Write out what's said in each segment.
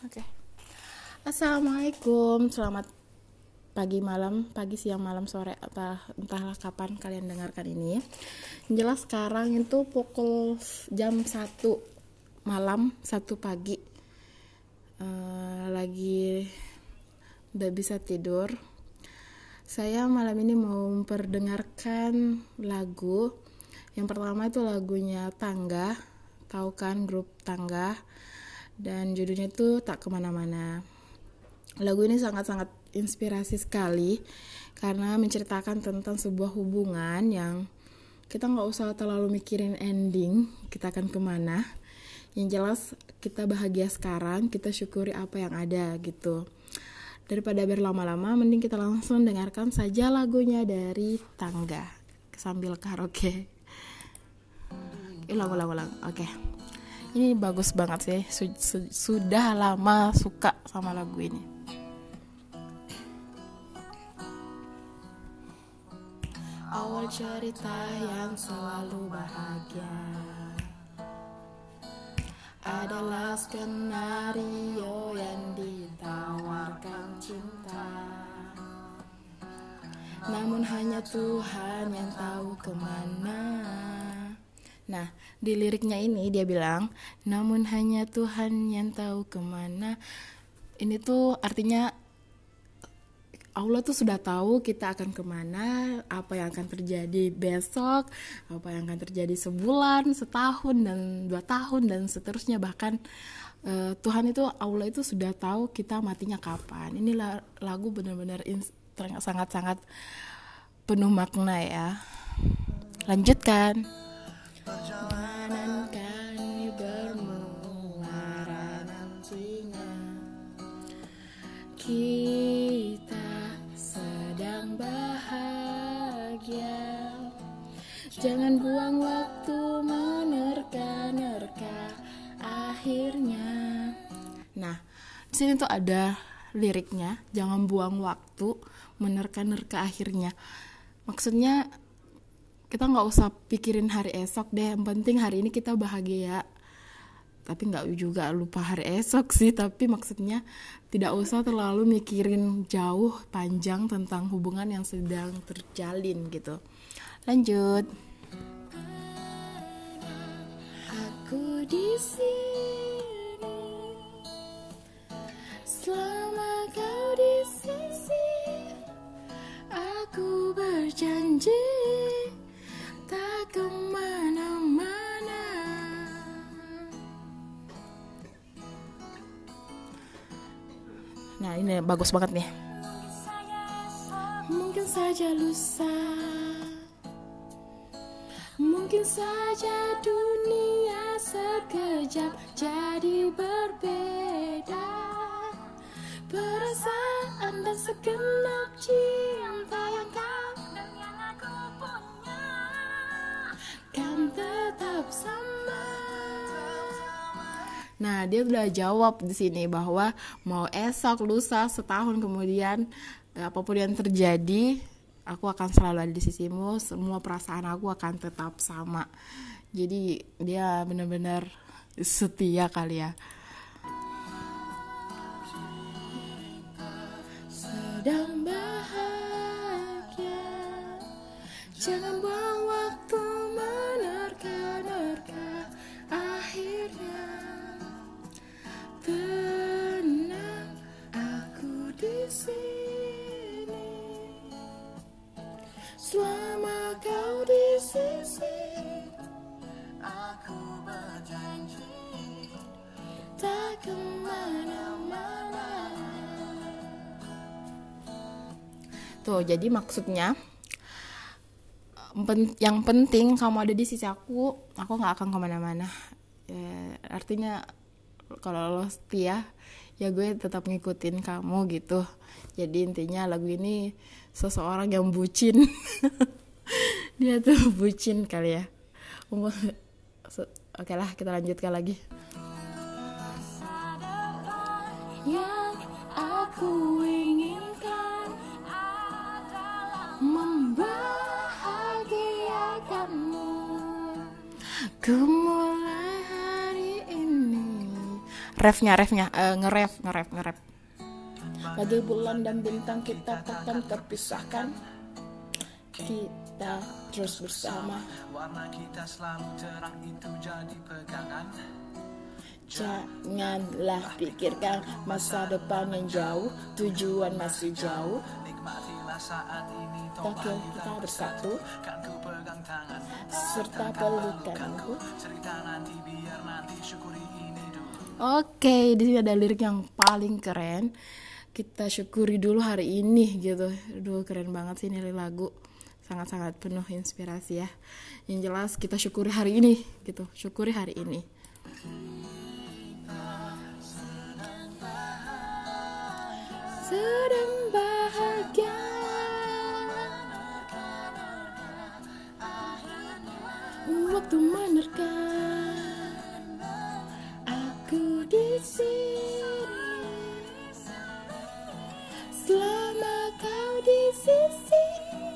Oke. Assalamualaikum, selamat pagi, siang, malam, sore, entahlah kapan kalian dengarkan ini. Yang jelas sekarang itu pukul jam 1 malam, 1 pagi. Lagi udah bisa tidur. Saya malam ini mau memperdengarkan lagu. Yang pertama itu lagunya Tangga, tahu kan grup Tangga, dan judulnya itu Tak Kemana-Mana. Lagu ini sangat-sangat inspirasi sekali karena menceritakan tentang sebuah hubungan yang kita gak usah terlalu mikirin ending, kita akan kemana. Yang jelas kita bahagia sekarang, kita syukuri apa yang ada gitu. Daripada berlama-lama, mending kita langsung dengarkan saja lagunya dari Tangga sambil karaoke. Ulang. Oke. Ini bagus banget sih. Sudah lama suka sama lagu ini. Awal cerita yang selalu bahagia adalah skenario yang ditawarkan cinta. Namun hanya Tuhan yang tahu kemana. Nah, di liriknya ini dia bilang, namun hanya Tuhan yang tahu kemana. Ini tuh artinya Allah tuh sudah tahu kita akan kemana, apa yang akan terjadi besok, apa yang akan terjadi sebulan, setahun, dan 2 tahun, dan seterusnya. Bahkan Tuhan itu, Allah itu sudah tahu kita matinya kapan. Ini lagu benar-benar sangat-sangat penuh makna ya. Lanjutkan. Perjalanan kami bermuara nantinya, kita sedang bahagia. Jangan buang waktu menerka-nerka akhirnya. Nah, di sini tuh ada liriknya, jangan buang waktu menerka-nerka akhirnya. Maksudnya kita nggak usah pikirin hari esok deh, yang penting hari ini kita bahagia. Tapi nggak juga lupa hari esok sih, tapi maksudnya tidak usah terlalu mikirin jauh panjang tentang hubungan yang sedang terjalin gitu. Lanjut. Aku di sini selama kau di sisi, aku berjanji tak kemana-mana. Nah, ini bagus banget nih. Mungkin saja lusa, mungkin saja dunia sekejap jadi berbeda. Perasaan dan segenap cinta yang kau dan yang aku punya kan tetap sama. Nah, dia udah jawab di sini bahwa mau esok, lusa, setahun kemudian, apapun yang terjadi, aku akan selalu ada di sisimu. Semua perasaan aku akan tetap sama. Jadi dia benar-benar setia kali ya. Sedang bahagia, jangan buang waktu menerka-nerka akhirnya. Tenang, aku di sini selama kau di sisi, aku berjanji tak kemana-mana. Tuh, jadi maksudnya yang penting kamu ada di sisi aku gak akan kemana-mana. Artinya kalau lo setia, ya gue tetap ngikutin kamu gitu. Jadi intinya lagu ini seseorang yang bucin. Dia tuh bucin kali ya. Oke lah, kita lanjutkan lagi. Yang aku inginkan adalah membahagiakanmu. Ku mulai hari ini refnya ngeref. Bagai bulan dan bintang kita takkan terpisahkan, kita terus bersama. Warna kita selalu terang, itu jadi pegangan. Janganlah pikirkan masa depan yang jauh, tujuan masih jauh. Nikmatilah saat ini, Takkan kita bersatu, kan ku pegang tangan serta pelukanku. cerita nanti, biar nanti syukuri ini dulu. Oke, di sini ada lirik yang paling keren. Kita syukuri dulu hari ini gitu. Aduh, keren banget sih ini lagu. Sangat-sangat penuh inspirasi ya. Yang jelas kita syukuri hari ini gitu. Syukuri hari ini. Sedang bahagia, waktu menerka, aku di sini, selama kau di sisi,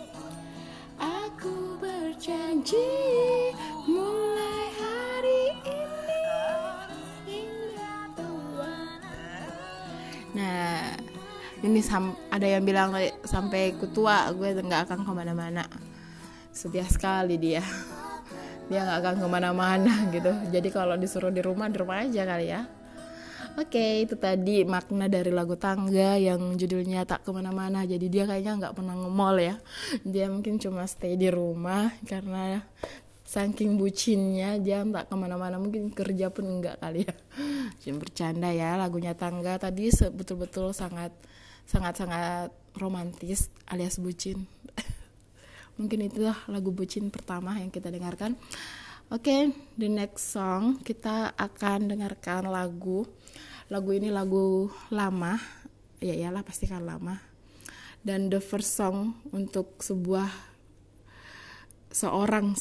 aku berjanji mulai hari ini hingga tua. Nah, ini ada yang bilang sampai ku tua gue nggak akan kemana-mana. Setia sekali dia nggak akan kemana-mana gitu. Jadi kalau disuruh di rumah aja kali ya. Oke, itu tadi makna dari lagu Tangga yang judulnya Tak Kemana-Mana. Jadi dia kayaknya nggak pernah nge-mall ya. Dia mungkin cuma stay di rumah karena saking bucinnya dia tak kemana-mana, mungkin kerja pun enggak kali ya. Cuma bercanda ya. Lagunya Tangga tadi betul-betul sangat romantis alias bucin. Mungkin itulah lagu bucin pertama yang kita dengarkan. Oke, the next song kita akan dengarkan lagu ini lagu lama. Ya iyalah pasti kan lama. Dan the first song untuk seorang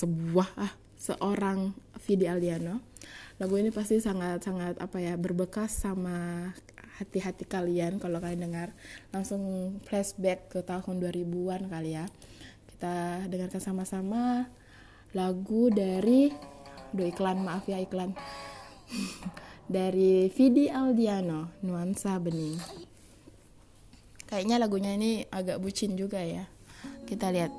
Vidi Aldiano. Lagu ini pasti sangat berbekas sama hati-hati kalian. Kalau kalian dengar langsung flashback ke tahun 2000-an kali ya. Kita dengarkan sama-sama lagu dari iklan dari Vidi Aldiano, Nuansa Bening. Kayaknya lagunya ini agak bucin juga ya. Kita lihat.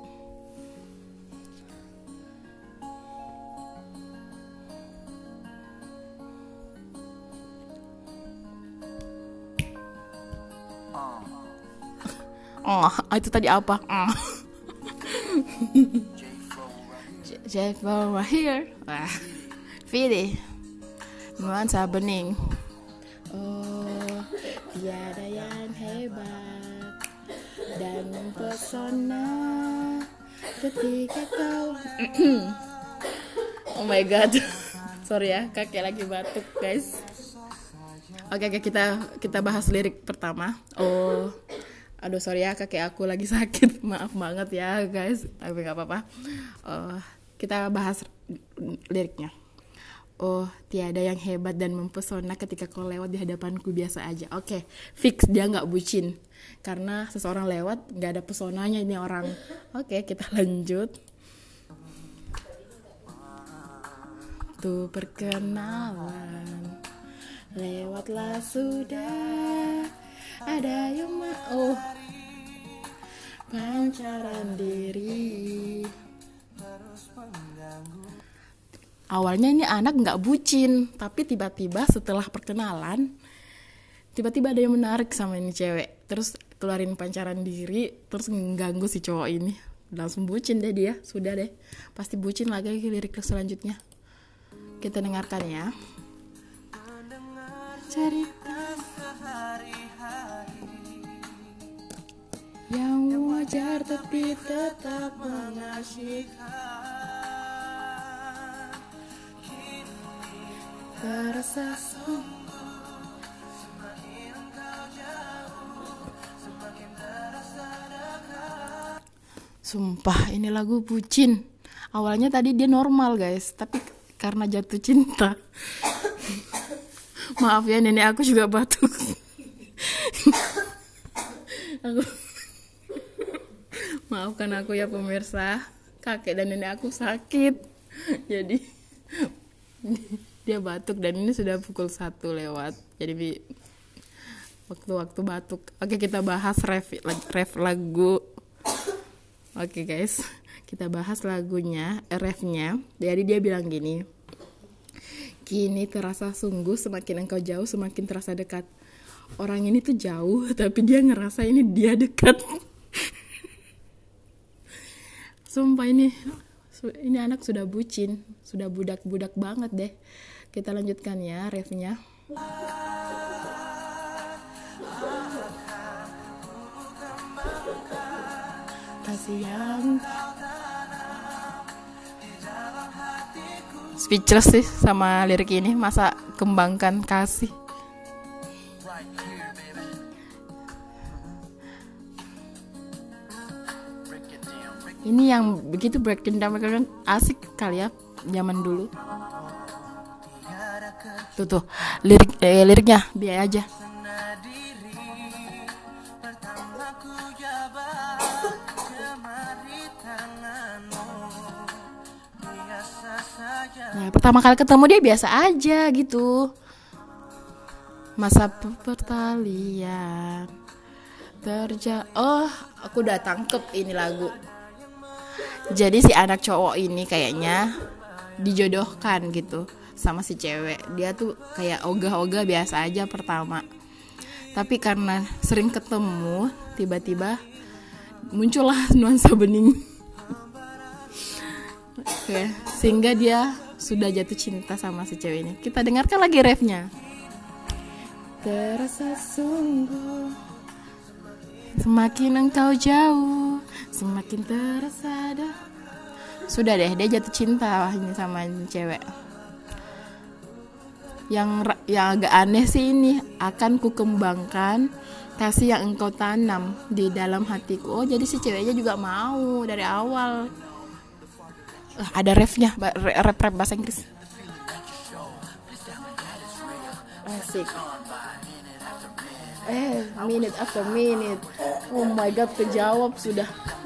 Itu tadi apa? J-Flow right here. Vidi, Nuansa Bening. Oh, tiada yang hebat dan mempesona ketika kau. Oh my god. Sorry ya, kakek lagi batuk guys. Oke, kita bahas lirik pertama. Aduh sorry ya, kakek aku lagi sakit. Maaf banget ya guys, tapi gak apa-apa. Kita bahas liriknya. Oh, tiada yang hebat dan mempesona ketika kau lewat di hadapanku, biasa aja. Oke, fix dia gak bucin. Karena seseorang lewat gak ada pesonanya ini orang. Oke, kita lanjut. Tuh perkenalan, lewatlah sudah. Ada yang mau pancaran diri. Awalnya ini anak nggak bucin, tapi tiba-tiba setelah perkenalan, tiba-tiba ada yang menarik sama ini cewek. Terus keluarin pancaran diri, terus mengganggu si cowok ini. Langsung bucin deh dia, sudah deh. Pasti bucin lagi lirik selanjutnya. Kita dengarkan ya. Cerita yang wajar tapi tetap mengasihkan, terasa sungguh semakin engkau jauh, semakin terasa dekat. Sumpah ini lagu bucin. Awalnya tadi dia normal guys, tapi karena jatuh cinta. Maaf ya, nenek aku juga batuk. Maafkan aku ya pemirsa, kakek dan nenek aku sakit. Jadi dia batuk dan ini sudah pukul 1 lewat. jadi waktu-waktu batuk. Oke, kita bahas ref lagu. Oke guys, kita bahas lagunya, refnya. Jadi dia bilang gini, kini terasa sungguh, semakin engkau jauh semakin terasa dekat. Orang ini tuh jauh tapi dia ngerasa ini dia dekat. Sumpah ini anak sudah bucin, sudah budak-budak banget deh. Kita lanjutkan ya refnya. Kasih yang speechless sih sama lirik ini, masa kembangkan kasih. Ini yang begitu breaking down asik kali ya zaman dulu. Tuh liriknya biar aja. Nah, pertama kali ketemu dia biasa aja gitu. Masa pertalian aku udah tangkep ini lagu. Jadi si anak cowok ini kayaknya dijodohkan gitu sama si cewek. Dia tuh kayak ogah-ogah biasa aja pertama. Tapi karena sering ketemu, tiba-tiba muncullah nuansa bening. Oke, sehingga dia sudah jatuh cinta sama si cewek ini. Kita dengarkan lagi refnya. Terasa sungguh, semakin engkau jauh semakin terasa dah. Sudah deh, dia jatuh cinta ini sama cewek. Yang agak aneh sih ini, akan kukembangkan kasih yang engkau tanam di dalam hatiku. Oh, jadi si ceweknya juga mau dari awal. Ada refnya, rap bahasa Inggris. Asik. Minute after minute. Oh my god, kejawab sudah.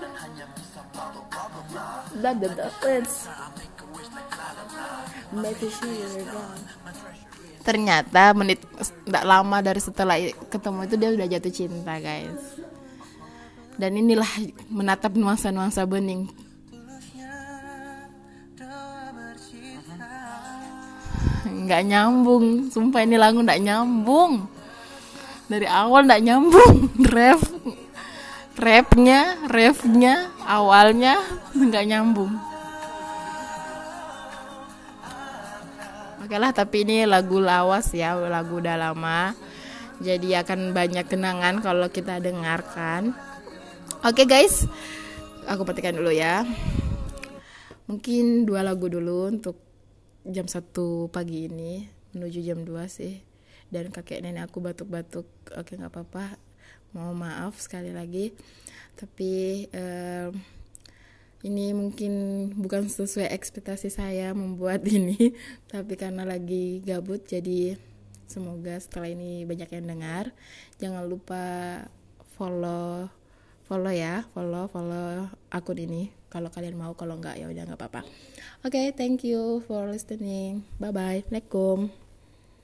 Ternyata menit tidak lama dari setelah ketemu itu dia udah jatuh cinta guys. Dan inilah menatap nuansa-nuansa bening. Nggak nyambung, sumpah ini lagu nggak nyambung. Dari awal nggak nyambung. refnya awalnya nggak nyambung. Oke lah, tapi ini lagu lawas ya, lagu udah lama, jadi akan banyak kenangan kalau kita dengarkan. Oke guys, aku petikan dulu ya. Mungkin 2 lagu dulu untuk jam 1 pagi ini menuju jam 2 sih. Dan kakek nenek aku batuk-batuk. Oke, gak apa-apa, mau maaf sekali lagi. Tapi ini mungkin bukan sesuai ekspektasi saya membuat ini. Tapi karena lagi gabut, jadi semoga setelah ini banyak yang dengar. Jangan lupa follow akun ini kalau kalian mau. Kalau enggak ya udah, nggak apa-apa. Oke, thank you for listening. Bye bye. Assalamualaikum.